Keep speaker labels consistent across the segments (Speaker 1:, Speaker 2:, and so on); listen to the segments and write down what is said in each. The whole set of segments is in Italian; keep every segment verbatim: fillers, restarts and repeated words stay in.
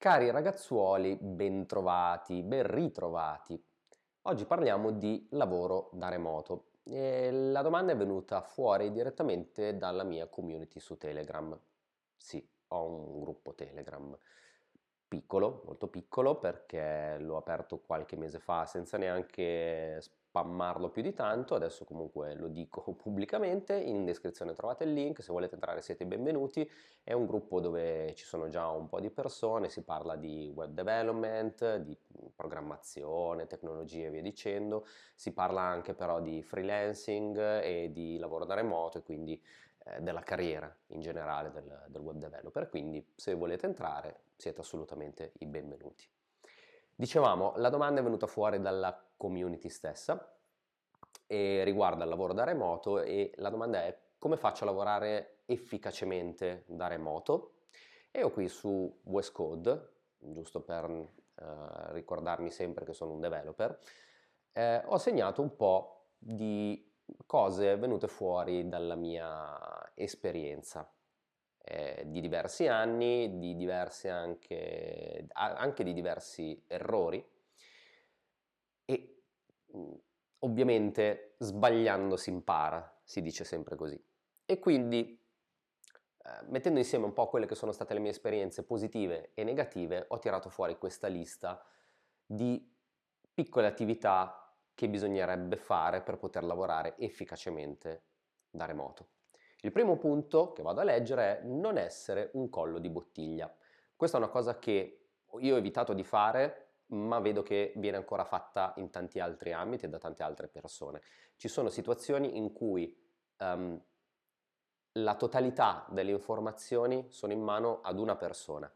Speaker 1: Cari ragazzuoli, bentrovati, ben ritrovati. Oggi parliamo di lavoro da remoto e la domanda è venuta fuori direttamente dalla mia community su Telegram. Sì, ho un gruppo Telegram piccolo, molto piccolo, perché l'ho aperto qualche mese fa senza neanche spammarlo più di tanto. Adesso comunque lo dico pubblicamente, in descrizione trovate il link, se volete entrare siete benvenuti. È un gruppo dove ci sono già un po' di persone, si parla di web development, di programmazione, tecnologie e via dicendo, si parla anche però di freelancing e di lavoro da remoto e quindi eh, della carriera in generale del, del web developer, quindi se volete entrare siete assolutamente i benvenuti. Dicevamo, la domanda è venuta fuori dalla community stessa e riguarda il lavoro da remoto e la domanda è: come faccio a lavorare efficacemente da remoto? E io qui su V S Code, giusto per eh, ricordarmi sempre che sono un developer, eh, ho segnato un po' di cose venute fuori dalla mia esperienza eh, di diversi anni, di diversi anche, anche di diversi errori e mh, ovviamente sbagliando si impara, si dice sempre così. E quindi eh, mettendo insieme un po' quelle che sono state le mie esperienze positive e negative, ho tirato fuori questa lista di piccole attività che bisognerebbe fare per poter lavorare efficacemente da remoto. Il primo punto che vado a leggere è non essere un collo di bottiglia. Questa è una cosa che io ho evitato di fare, ma vedo che viene ancora fatta in tanti altri ambiti e da tante altre persone. Ci sono situazioni in cui um, la totalità delle informazioni sono in mano ad una persona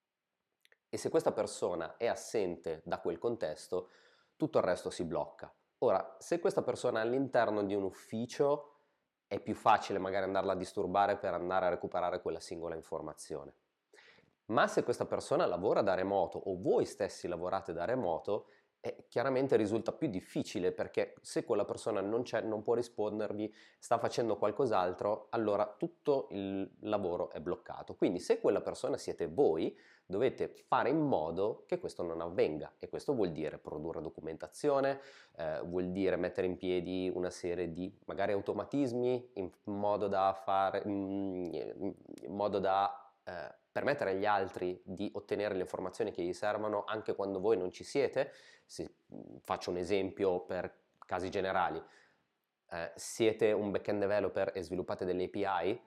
Speaker 1: e se questa persona è assente da quel contesto, tutto il resto si blocca. Ora, se questa persona è all'interno di un ufficio, è più facile magari andarla a disturbare per andare a recuperare quella singola informazione. Ma se questa persona lavora da remoto o voi stessi lavorate da remoto, eh, chiaramente risulta più difficile, perché se quella persona non c'è, non può rispondervi, sta facendo qualcos'altro, allora tutto il lavoro è bloccato. Quindi se quella persona siete voi, dovete fare in modo che questo non avvenga, e questo vuol dire produrre documentazione, eh, vuol dire mettere in piedi una serie di magari automatismi in modo da fare in modo da eh, permettere agli altri di ottenere le informazioni che gli servono anche quando voi non ci siete. Se, faccio un esempio per casi generali: eh, siete un backend developer e sviluppate delle A P I,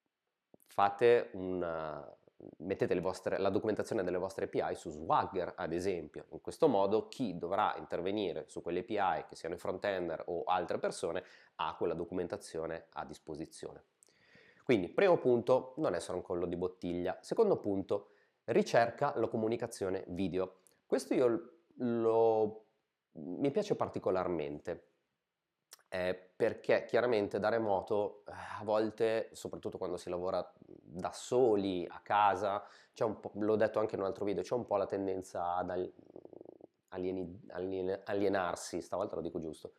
Speaker 1: fate un, mettete le vostre, la documentazione delle vostre A P I su Swagger, ad esempio. In questo modo chi dovrà intervenire su quelle A P I, che siano i front-ender o altre persone, ha quella documentazione a disposizione. Quindi, primo punto, non essere un collo di bottiglia. Secondo punto, ricerca la comunicazione video. Questo io lo, mi piace particolarmente. Eh, perché chiaramente da remoto eh, a volte, soprattutto quando si lavora da soli a casa, c'è un po', l'ho detto anche in un altro video, c'è un po' la tendenza ad al- alieni- alien- alienarsi, stavolta lo dico giusto.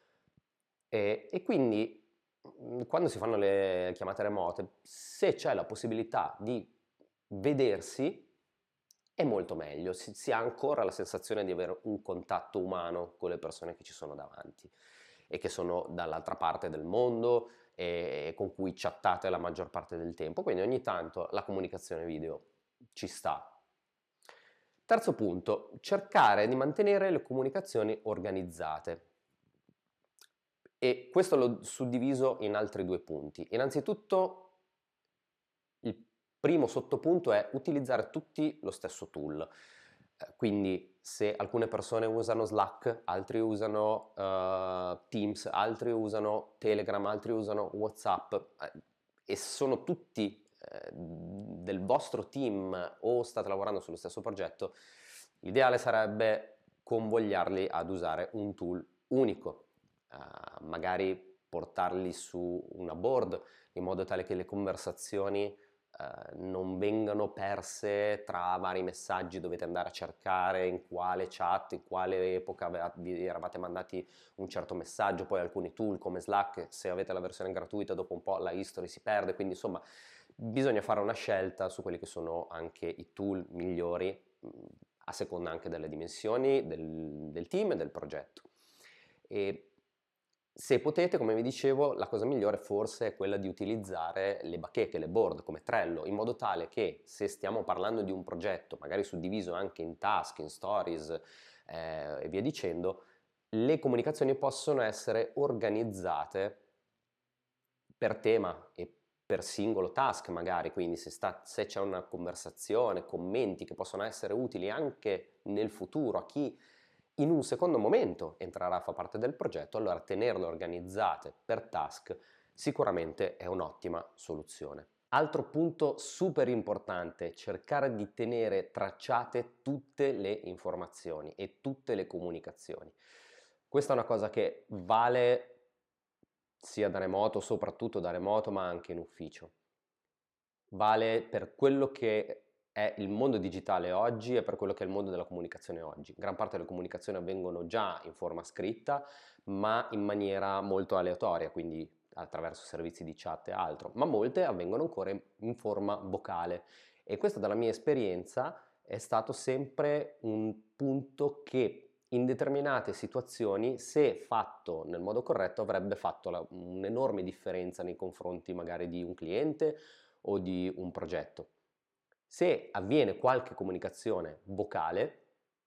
Speaker 1: E, e quindi mh, quando si fanno le chiamate remote, se c'è la possibilità di vedersi, è molto meglio, si, si ha ancora la sensazione di avere un contatto umano con le persone che ci sono davanti e che sono dall'altra parte del mondo e, e con cui chattate la maggior parte del tempo, quindi ogni tanto la comunicazione video ci sta. Terzo punto, cercare di mantenere le comunicazioni organizzate. E questo l'ho suddiviso in altri due punti. Innanzitutto, il primo sottopunto è utilizzare tutti lo stesso tool. Eh, quindi se alcune persone usano Slack, altri usano uh, Teams, altri usano Telegram, altri usano WhatsApp, eh, e sono tutti eh, del vostro team o state lavorando sullo stesso progetto, l'ideale sarebbe convogliarli ad usare un tool unico, uh, magari portarli su una board in modo tale che le conversazioni Uh, non vengano perse tra vari messaggi, dovete andare a cercare in quale chat, in quale epoca vi eravate mandati un certo messaggio. Poi alcuni tool come Slack, se avete la versione gratuita, dopo un po' la history si perde, quindi insomma bisogna fare una scelta su quelli che sono anche i tool migliori a seconda anche delle dimensioni del, del team e del progetto. E se potete, come vi dicevo, la cosa migliore forse è quella di utilizzare le bacheche, le board come Trello, in modo tale che se stiamo parlando di un progetto, magari suddiviso anche in task, in stories eh, e via dicendo, le comunicazioni possono essere organizzate per tema e per singolo task magari, quindi se, sta, se c'è una conversazione, commenti che possono essere utili anche nel futuro a chi in un secondo momento entrerà a far parte del progetto, allora tenerle organizzate per task sicuramente è un'ottima soluzione. Altro punto super importante, cercare di tenere tracciate tutte le informazioni e tutte le comunicazioni. Questa è una cosa che vale sia da remoto, soprattutto da remoto, ma anche in ufficio. Vale per quello che è il mondo digitale oggi e per quello che è il mondo della comunicazione oggi. Gran parte delle comunicazioni avvengono già in forma scritta, ma in maniera molto aleatoria, quindi attraverso servizi di chat e altro, ma molte avvengono ancora in forma vocale. E questo dalla mia esperienza è stato sempre un punto che in determinate situazioni, se fatto nel modo corretto, avrebbe fatto la, un'enorme differenza nei confronti magari di un cliente o di un progetto. Se avviene qualche comunicazione vocale,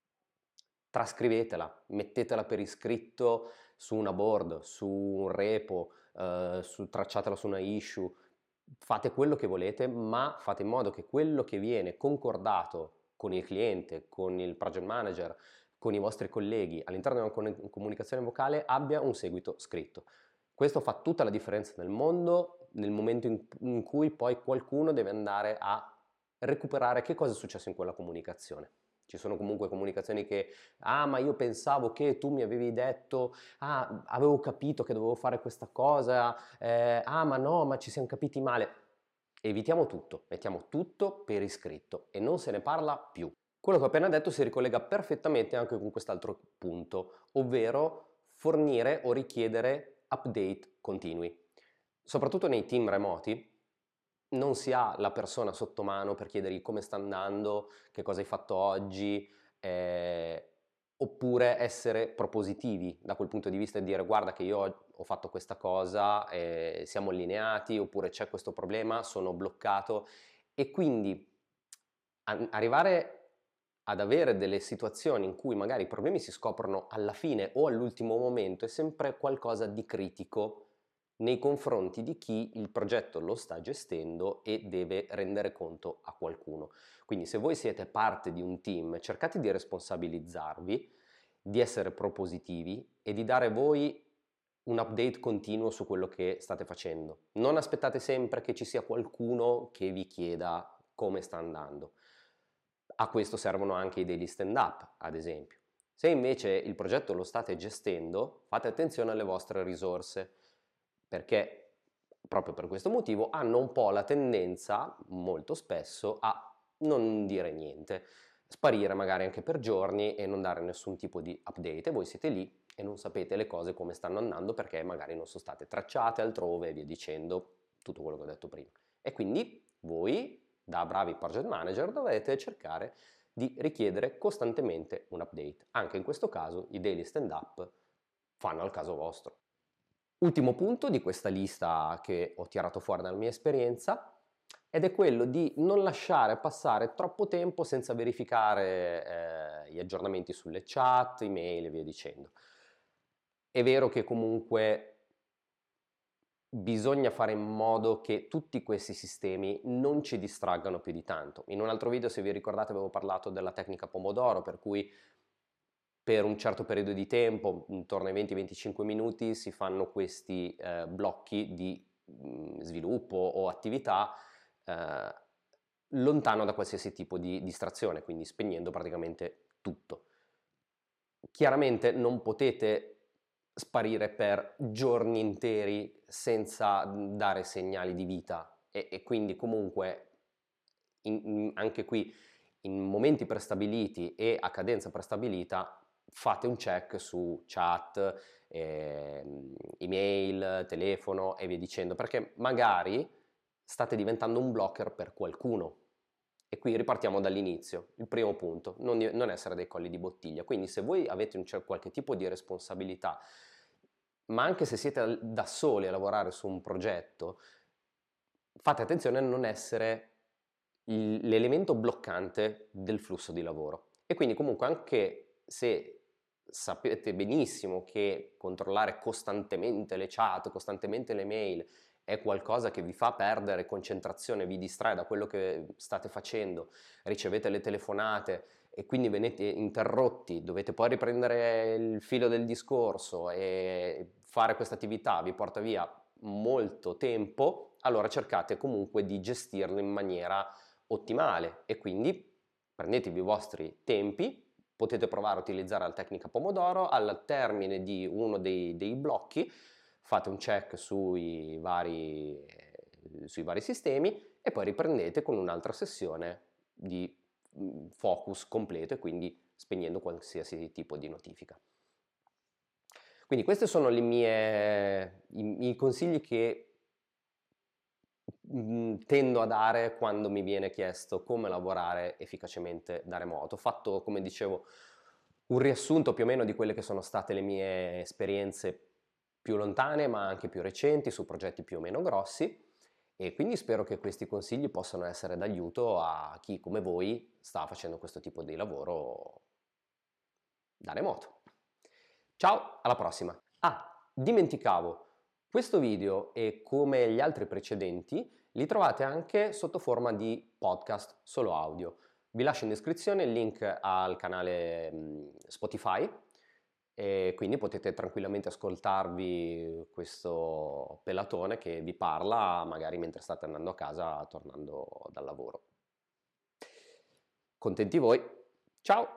Speaker 1: trascrivetela, mettetela per iscritto su una board, su un repo, eh, su, tracciatela su una issue, fate quello che volete, ma fate in modo che quello che viene concordato con il cliente, con il project manager, con i vostri colleghi all'interno di una comunicazione vocale abbia un seguito scritto. Questo fa tutta la differenza nel mondo nel momento in, in cui poi qualcuno deve andare a recuperare che cosa è successo in quella comunicazione. Ci sono comunque comunicazioni che, ah, ma io pensavo che tu mi avevi detto, ah, avevo capito che dovevo fare questa cosa, eh, ah, ma no, ma ci siamo capiti male. Evitiamo tutto, mettiamo tutto per iscritto e non se ne parla più. Quello che ho appena detto si ricollega perfettamente anche con quest'altro punto, ovvero fornire o richiedere update continui. Soprattutto nei team remoti non si ha la persona sotto mano per chiedergli come sta andando, che cosa hai fatto oggi, eh, oppure essere propositivi da quel punto di vista e dire guarda che io ho fatto questa cosa, eh, siamo allineati, oppure c'è questo problema, sono bloccato e quindi a- arrivare ad avere delle situazioni in cui magari i problemi si scoprono alla fine o all'ultimo momento è sempre qualcosa di critico nei confronti di chi il progetto lo sta gestendo e deve rendere conto a qualcuno. Quindi se voi siete parte di un team, cercate di responsabilizzarvi, di essere propositivi e di dare voi un update continuo su quello che state facendo. Non aspettate sempre che ci sia qualcuno che vi chieda come sta andando. A questo servono anche i daily stand-up, ad esempio. Se invece il progetto lo state gestendo, fate attenzione alle vostre risorse, perché proprio per questo motivo hanno un po' la tendenza, molto spesso, a non dire niente, sparire magari anche per giorni e non dare nessun tipo di update e voi siete lì e non sapete le cose come stanno andando perché magari non sono state tracciate altrove e via dicendo, tutto quello che ho detto prima. E quindi voi, da bravi project manager, dovete cercare di richiedere costantemente un update. Anche in questo caso i daily stand-up fanno al caso vostro. Ultimo punto di questa lista che ho tirato fuori dalla mia esperienza ed è quello di non lasciare passare troppo tempo senza verificare eh, gli aggiornamenti sulle chat, email e via dicendo. È vero che comunque bisogna fare in modo che tutti questi sistemi non ci distraggano più di tanto. In un altro video, se vi ricordate, avevo parlato della tecnica Pomodoro, per cui per un certo periodo di tempo, intorno ai venti venticinque minuti, si fanno questi eh, blocchi di mh, sviluppo o attività eh, lontano da qualsiasi tipo di distrazione, quindi spegnendo praticamente tutto. Chiaramente non potete sparire per giorni interi senza dare segnali di vita e, e quindi comunque in, in, anche qui in momenti prestabiliti e a cadenza prestabilita fate un check su chat, eh, email, telefono e via dicendo, perché magari state diventando un blocker per qualcuno. E qui ripartiamo dall'inizio, il primo punto, non, non essere dei colli di bottiglia. Quindi se voi avete un, qualche tipo di responsabilità, ma anche se siete da soli a lavorare su un progetto, fate attenzione a non essere l'elemento bloccante del flusso di lavoro. E quindi comunque anche se sapete benissimo che controllare costantemente le chat, costantemente le mail è qualcosa che vi fa perdere concentrazione, vi distrae da quello che state facendo, ricevete le telefonate e quindi venite interrotti, dovete poi riprendere il filo del discorso e fare questa attività vi porta via molto tempo, allora cercate comunque di gestirlo in maniera ottimale e quindi prendetevi i vostri tempi, potete provare a utilizzare la tecnica Pomodoro, al termine di uno dei, dei blocchi fate un check sui vari, sui vari sistemi e poi riprendete con un'altra sessione di focus completo e quindi spegnendo qualsiasi tipo di notifica. Quindi questi sono le mie, i, i consigli che tendo a dare quando mi viene chiesto come lavorare efficacemente da remoto. Ho fatto, come dicevo, un riassunto più o meno di quelle che sono state le mie esperienze più lontane ma anche più recenti su progetti più o meno grossi e quindi spero che questi consigli possano essere d'aiuto a chi come voi sta facendo questo tipo di lavoro da remoto. Ciao, alla prossima! Ah, dimenticavo, questo video e come gli altri precedenti li trovate anche sotto forma di podcast solo audio. Vi lascio in descrizione il link al canale Spotify e quindi potete tranquillamente ascoltarvi questo pelatone che vi parla magari mentre state andando a casa tornando dal lavoro. Contenti voi, ciao!